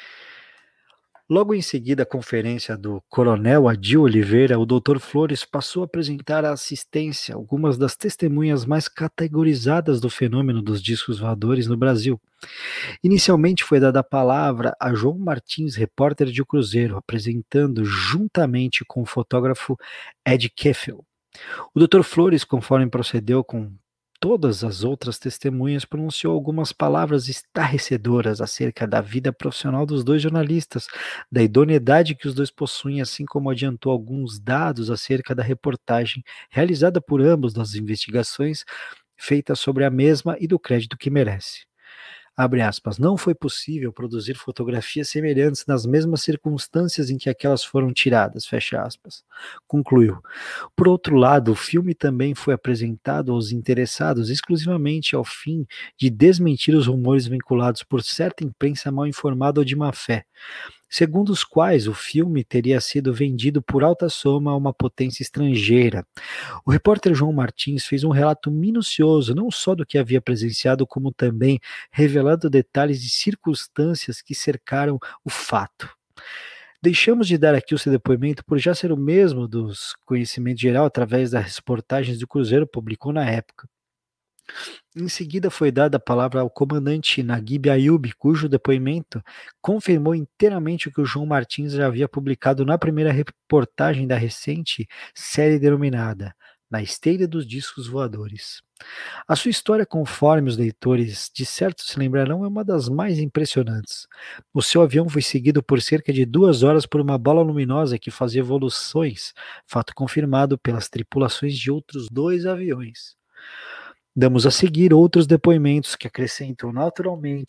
Logo em seguida à conferência do coronel Adil Oliveira, o Dr. Flores passou a apresentar à assistência algumas das testemunhas mais categorizadas do fenômeno dos discos voadores no Brasil. Inicialmente foi dada a palavra a João Martins, repórter de O Cruzeiro, apresentando juntamente com o fotógrafo Ed Keffel. O Dr. Flores, conforme procedeu com todas as outras testemunhas, pronunciou algumas palavras estarrecedoras acerca da vida profissional dos dois jornalistas, da idoneidade que os dois possuem, assim como adiantou alguns dados acerca da reportagem realizada por ambos das investigações feitas sobre a mesma e do crédito que merece. Abre aspas, não foi possível produzir fotografias semelhantes nas mesmas circunstâncias em que aquelas foram tiradas, fecha aspas. Concluiu. Por outro lado, o filme também foi apresentado aos interessados exclusivamente ao fim de desmentir os rumores vinculados por certa imprensa mal informada ou de má fé, segundo os quais o filme teria sido vendido por alta soma a uma potência estrangeira. O repórter João Martins fez um relato minucioso, não só do que havia presenciado, como também revelando detalhes e circunstâncias que cercaram o fato. Deixamos de dar aqui o seu depoimento por já ser o mesmo dos conhecimentos geral através das reportagens do Cruzeiro publicou na época. Em seguida foi dada a palavra ao comandante Naguib Ayub, cujo depoimento confirmou inteiramente o que o João Martins já havia publicado na primeira reportagem da recente série denominada Na Esteira dos Discos Voadores. A sua história, conforme os leitores de certo se lembrarão, é uma das mais impressionantes. O seu avião foi seguido por cerca de 2 horas por uma bola luminosa que fazia evoluções, fato confirmado pelas tripulações de outros 2 aviões. Damos a seguir outros depoimentos que acrescentam naturalmente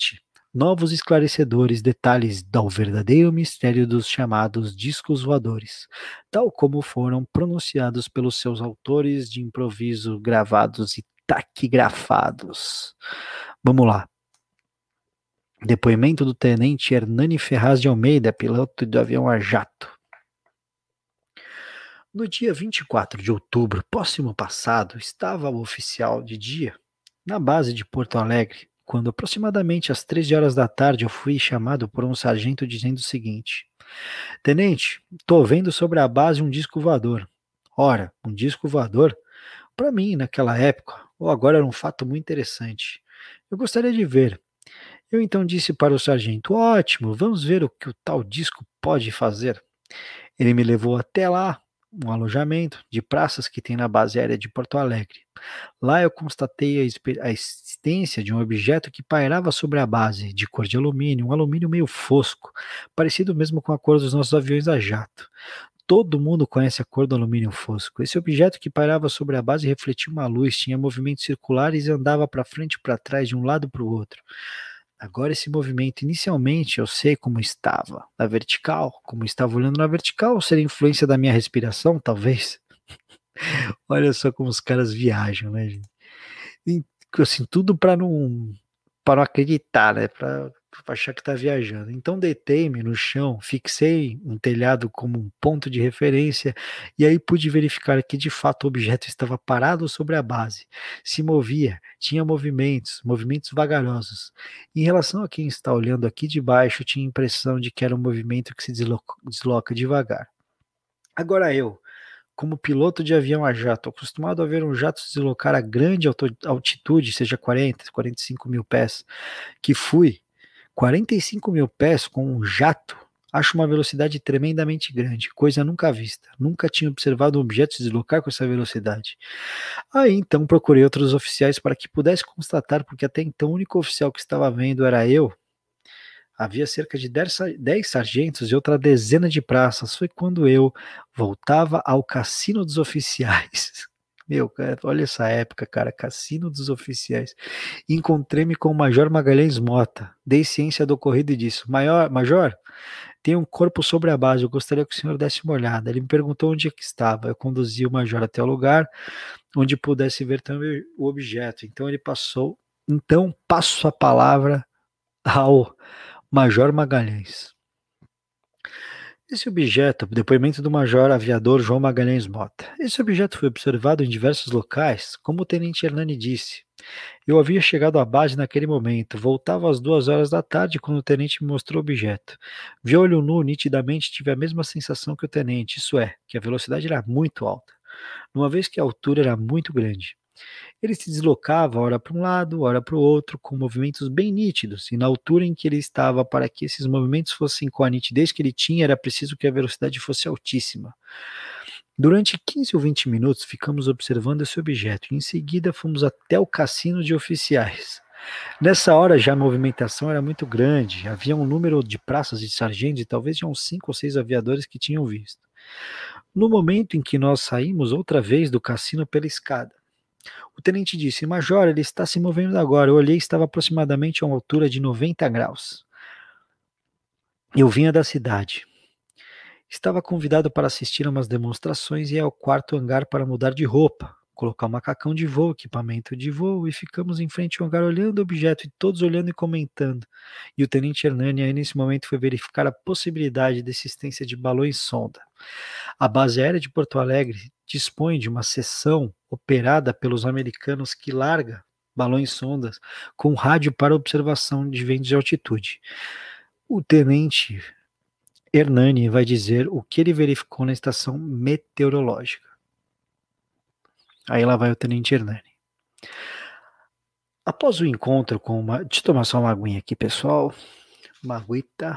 novos esclarecedores detalhes do verdadeiro mistério dos chamados discos voadores, tal como foram pronunciados pelos seus autores de improviso gravados e taquigrafados. Vamos lá. Depoimento do tenente Hernani Ferraz de Almeida, piloto do avião a jato. No dia 24 de outubro, próximo passado, estava o oficial de dia na base de Porto Alegre, quando aproximadamente às 13 horas da tarde eu fui chamado por um sargento dizendo o seguinte: Tenente, estou vendo sobre a base um disco voador. Ora, um disco voador? Para mim, naquela época, ou agora era um fato muito interessante. Eu gostaria de ver. Eu então disse para o sargento: ótimo, vamos ver o que o tal disco pode fazer. Ele me levou até lá, um alojamento de praças que tem na base aérea de Porto Alegre. Lá eu constatei a existência de um objeto que pairava sobre a base, de cor de alumínio, um alumínio meio fosco, parecido mesmo com a cor dos nossos aviões a jato. Todo mundo conhece a cor do alumínio fosco. Esse objeto que pairava sobre a base refletia uma luz, tinha movimentos circulares e andava para frente e para trás, de um lado para o outro. Agora esse movimento, inicialmente eu sei como estava, na vertical, como estava olhando na vertical, seria influência da minha respiração, talvez. Olha só como os caras viajam, né, gente? E, assim, tudo para não acreditar, né, para achar que tá viajando. Então deitei-me no chão, fixei um telhado como um ponto de referência e aí pude verificar que de fato o objeto estava parado sobre a base, se movia, tinha movimentos vagarosos. Em relação a quem está olhando aqui de baixo, tinha a impressão de que era um movimento que se desloca devagar. Agora eu, como piloto de avião a jato, acostumado a ver um jato se deslocar a grande altitude, seja 40, 45 mil pés, que fui 45 mil pés com um jato, acho uma velocidade tremendamente grande, coisa nunca vista. Nunca tinha observado um objeto se deslocar com essa velocidade. Aí então procurei outros oficiais para que pudesse constatar, porque até então o único oficial que estava vendo era eu. Havia cerca de 10 sargentos e outra dezena de praças. Foi quando eu voltava ao Cassino dos Oficiais. Meu, cara, olha essa época, cara, Cassino dos Oficiais. Encontrei-me com o Major Magalhães Mota. Dei ciência do ocorrido e disse: Major, tem um corpo sobre a base, eu gostaria que o senhor desse uma olhada. Ele me perguntou onde é que estava. Eu conduzi o Major até o lugar onde pudesse ver também o objeto. Então ele passou. Então passo a palavra ao Major Magalhães. Esse objeto, depoimento do Major Aviador João Magalhães Mota. Esse objeto foi observado em diversos locais, como o Tenente Hernani disse. Eu havia chegado à base naquele momento, voltava às 2 horas da tarde quando o tenente me mostrou o objeto. Vi olho nu, nitidamente tive a mesma sensação que o tenente, isso é, que a velocidade era muito alta, uma vez que a altura era muito grande. Ele se deslocava ora para um lado, ora para o outro, com movimentos bem nítidos, e na altura em que ele estava, para que esses movimentos fossem com a nitidez que ele tinha, era preciso que a velocidade fosse altíssima. Durante 15 ou 20 minutos ficamos observando esse objeto, e em seguida fomos até o cassino de oficiais. Nessa hora já a movimentação era muito grande, havia um número de praças de sargentos e talvez já uns 5 ou 6 aviadores que tinham visto. No momento em que nós saímos outra vez do cassino pela escada, o tenente disse: Major, ele está se movendo agora. Eu olhei e estava aproximadamente a uma altura de 90 graus. Eu vinha da cidade. Estava convidado para assistir a umas demonstrações e ia ao quarto hangar para mudar de roupa, colocar um macacão de voo, equipamento de voo, e ficamos em frente ao hangar olhando o objeto e todos olhando e comentando. E o tenente Hernani aí nesse momento foi verificar a possibilidade de existência de balões sonda. A base aérea de Porto Alegre dispõe de uma seção operada pelos americanos que larga balões sondas com rádio para observação de ventos de altitude. O tenente Hernani vai dizer o que ele verificou na estação meteorológica. Aí lá vai o tenente Hernani. Após o encontro com uma... Deixa eu tomar só uma aguinha aqui, pessoal. Uma agüita.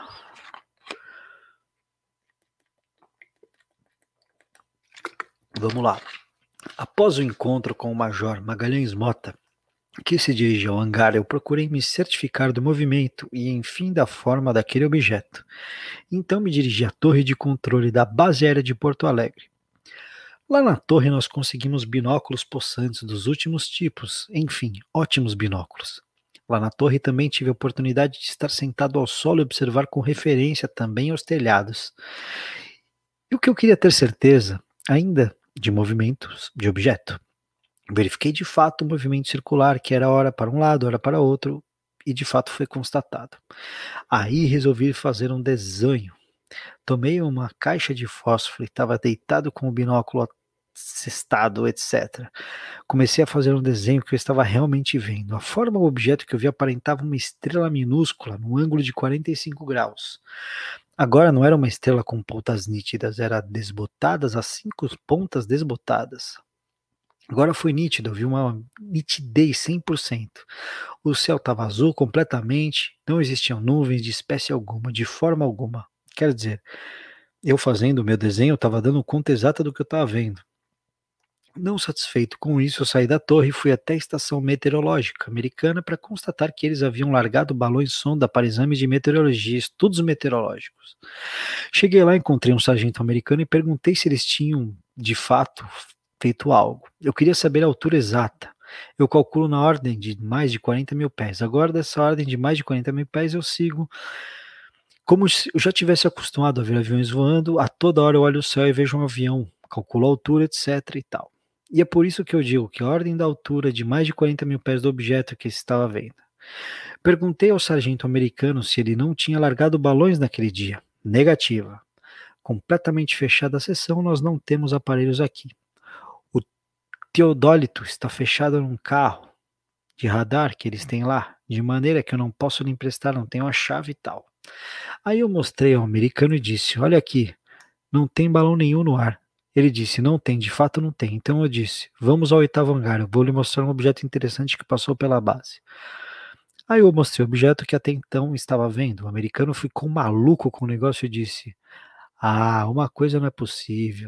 Vamos lá. Após o encontro com o Major Magalhães Mota, que se dirige ao hangar, eu procurei me certificar do movimento e, enfim, da forma daquele objeto. Então me dirigi à torre de controle da base aérea de Porto Alegre. Lá na torre nós conseguimos binóculos possantes dos últimos tipos, enfim, ótimos binóculos. Lá na torre também tive a oportunidade de estar sentado ao solo e observar com referência também aos telhados. E o que eu queria ter certeza, ainda de movimentos de objeto. Verifiquei de fato o movimento circular, que era ora para um lado, ora para outro, e de fato foi constatado. Aí resolvi fazer um desenho. Tomei uma caixa de fósforo e estava deitado com o binóculo assestado, etc. Comecei a fazer um desenho que eu estava realmente vendo. A forma do objeto que eu vi aparentava uma estrela minúscula, num ângulo de 45 graus. Agora não era uma estrela com pontas nítidas, era desbotadas, as 5 pontas desbotadas. Agora foi nítido, eu vi uma nitidez 100%. O céu estava azul completamente, não existiam nuvens de espécie alguma, de forma alguma. Quer dizer, eu fazendo o meu desenho, estava dando conta exata do que eu estava vendo. Não satisfeito com isso, eu saí da torre e fui até a estação meteorológica americana para constatar que eles haviam largado balões sonda para exames de meteorologia, estudos meteorológicos. Cheguei lá, encontrei um sargento americano e perguntei se eles tinham, de fato, feito algo. Eu queria saber a altura exata. Eu calculo na ordem de mais de 40 mil pés. Agora, dessa ordem de mais de 40 mil pés, eu sigo como se eu já tivesse acostumado a ver aviões voando. A toda hora eu olho o céu e vejo um avião, calculo a altura, etc. e tal. E é por isso que eu digo que a ordem da altura de mais de 40 mil pés do objeto que se estava vendo. Perguntei ao sargento americano se ele não tinha largado balões naquele dia. Negativa. Completamente fechada a sessão, nós não temos aparelhos aqui. O teodólito está fechado num carro de radar que eles têm lá, de maneira que eu não posso lhe emprestar, não tenho a chave e tal. Aí eu mostrei ao americano e disse, olha aqui, não tem balão nenhum no ar. Ele disse, não tem, de fato não tem. Então eu disse, vamos ao 8º hangar, eu vou lhe mostrar um objeto interessante que passou pela base. Aí eu mostrei o objeto que até então estava vendo. O americano ficou maluco com o negócio e disse, ah, uma coisa não é possível.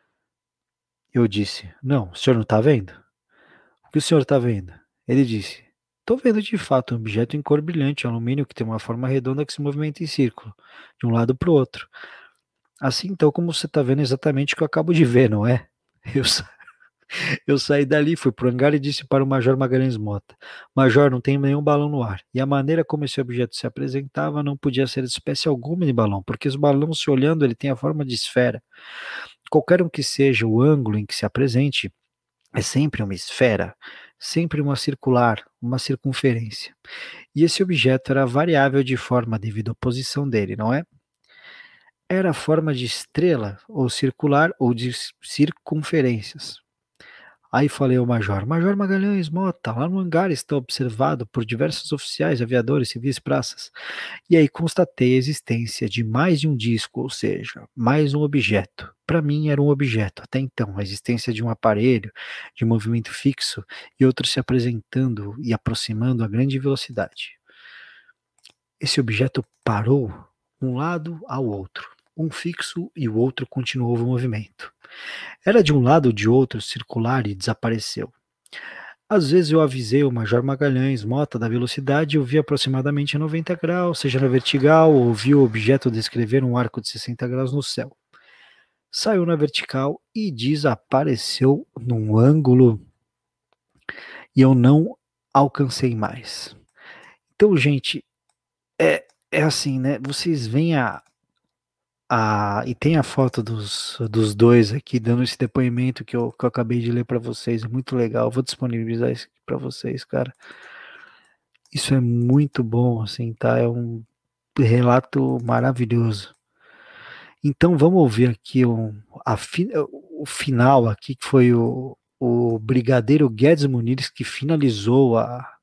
Eu disse, não, o senhor não está vendo? O que o senhor está vendo? Ele disse, estou vendo de fato um objeto em cor brilhante, alumínio que tem uma forma redonda que se movimenta em círculo, de um lado para o outro. Assim, então, como você está vendo exatamente o que eu acabo de ver, não é? Eu saí dali, fui para o hangar e disse para o Major Magalhães Mota, Major, não tem nenhum balão no ar. E a maneira como esse objeto se apresentava não podia ser de espécie alguma de balão, porque os balões, se olhando, ele tem a forma de esfera. Qualquer um que seja o ângulo em que se apresente, é sempre uma esfera, sempre uma circular, uma circunferência. E esse objeto era variável de forma devido à posição dele, não é? Era a forma de estrela, ou circular, ou de circunferências. Aí falei ao Major, Major Magalhães Mota, lá no hangar está observado por diversos oficiais, aviadores, civis, praças. E aí constatei a existência de mais de um disco, ou seja, mais um objeto. Para mim era um objeto, até então, a existência de um aparelho de movimento fixo e outro se apresentando e aproximando a grande velocidade. Esse objeto parou um lado ao outro, um fixo e o outro continuou o movimento. Era de um lado ou de outro, circular e desapareceu. Às vezes eu avisei o Major Magalhães Mota da velocidade e eu vi aproximadamente 90 graus, seja na vertigal, ou vi o objeto descrever um arco de 60 graus no céu. Saiu na vertical e desapareceu num ângulo e eu não alcancei mais. Então, gente, é assim, né? Vocês veem e tem a foto dos dois aqui dando esse depoimento que eu acabei de ler para vocês, é muito legal, vou disponibilizar isso para vocês, cara. Isso é muito bom, assim, tá? É um relato maravilhoso. Então vamos ouvir aqui o final aqui, que foi o Brigadeiro Guedes Muniz que finalizou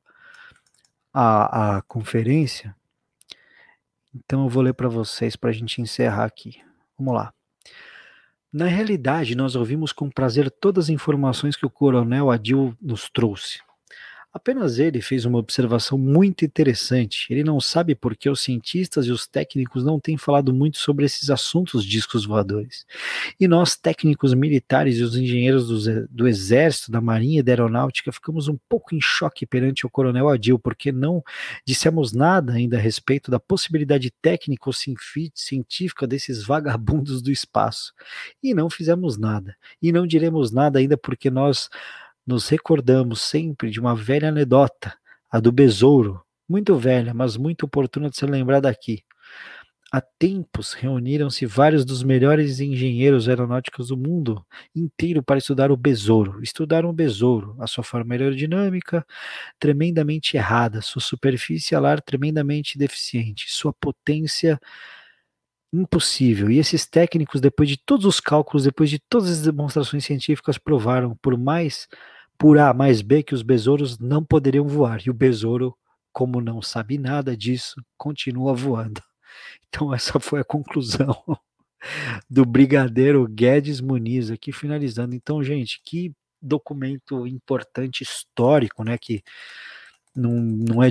a conferência. Então eu vou ler para vocês para a gente encerrar aqui. Vamos lá. Na realidade, nós ouvimos com prazer todas as informações que o coronel Adil nos trouxe. Apenas ele fez uma observação muito interessante. Ele não sabe por que os cientistas e os técnicos não têm falado muito sobre esses assuntos discos voadores. E nós, técnicos militares e os engenheiros do Exército, da Marinha e da Aeronáutica, ficamos um pouco em choque perante o coronel Adil, porque não dissemos nada ainda a respeito da possibilidade técnica ou científica desses vagabundos do espaço. E não fizemos nada. E não diremos nada ainda porque nós nos recordamos sempre de uma velha anedota a do besouro, muito velha, mas muito oportuna de ser lembrada aqui. Há tempos reuniram-se vários dos melhores engenheiros aeronáuticos do mundo inteiro para estudar o besouro. Estudaram o besouro, a sua forma aerodinâmica tremendamente errada, sua superfície alar tremendamente deficiente, sua potência impossível. E esses técnicos, depois de todos os cálculos, depois de todas as demonstrações científicas, provaram por A mais B que os besouros não poderiam voar. E o besouro, como não sabe nada disso, continua voando. Então essa foi a conclusão do brigadeiro Guedes Muniz aqui finalizando. Então, gente, que documento importante histórico, né, que não é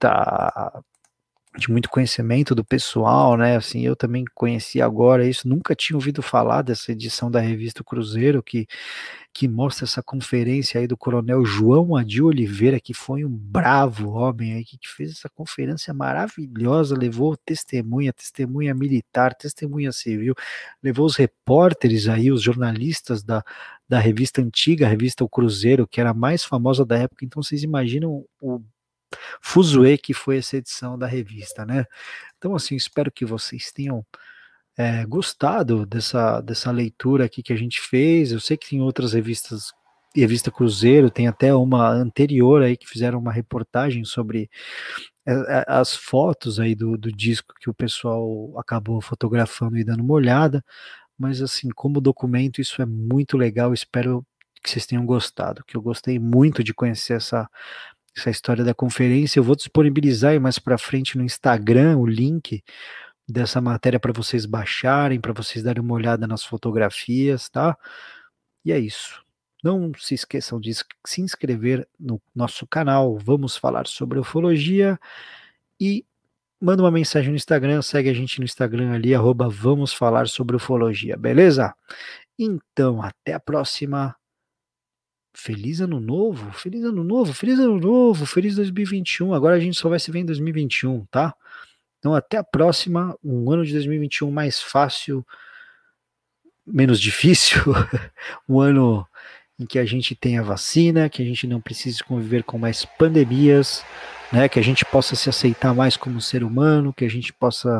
de muito conhecimento do pessoal, né? Assim, eu também conheci agora isso, nunca tinha ouvido falar dessa edição da revista Cruzeiro que mostra essa conferência aí do Coronel João Adi Oliveira, que foi um bravo homem aí que fez essa conferência maravilhosa, levou testemunha militar, testemunha civil, levou os repórteres aí, os jornalistas da revista antiga, a revista O Cruzeiro, que era a mais famosa da época. Então vocês imaginam o fuzuê que foi essa edição da revista, né? Então, assim, espero que vocês tenham gostado dessa leitura aqui que a gente fez. Eu sei que tem outras revistas, revista Cruzeiro, tem até uma anterior aí que fizeram uma reportagem sobre as fotos aí do disco que o pessoal acabou fotografando e dando uma olhada, mas assim, como documento, isso é muito legal, espero que vocês tenham gostado, que eu gostei muito de conhecer essa história da conferência. Eu vou disponibilizar aí mais para frente no Instagram o link dessa matéria para vocês baixarem, para vocês darem uma olhada nas fotografias, tá? E é isso. Não se esqueçam de se inscrever no nosso canal. Vamos falar sobre ufologia e manda uma mensagem no Instagram, segue a gente no Instagram ali, @vamos falar sobre ufologia, beleza? Então, até a próxima. Feliz ano novo, feliz ano novo, feliz ano novo, feliz 2021. Agora a gente só vai se ver em 2021, tá? Então até a próxima, um ano de 2021 mais fácil, menos difícil, um ano em que a gente tenha vacina, que a gente não precise conviver com mais pandemias, né? Que a gente possa se aceitar mais como ser humano, que a gente possa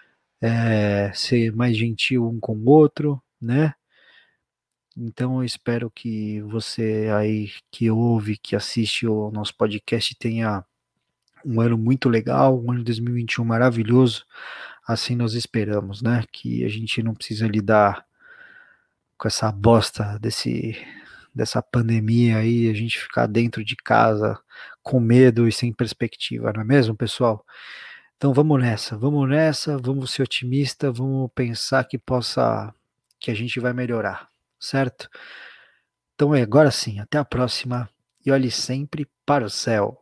ser mais gentil um com o outro, né? Então eu espero que você aí que ouve, que assiste o nosso podcast tenha um ano muito legal, um ano de 2021 maravilhoso, assim nós esperamos, né? Que a gente não precisa lidar com essa bosta dessa pandemia aí, a gente ficar dentro de casa com medo e sem perspectiva, não é mesmo, pessoal? Então vamos nessa, vamos ser otimista, vamos pensar que a gente vai melhorar, certo? Então agora sim, até a próxima e olhe sempre para o céu.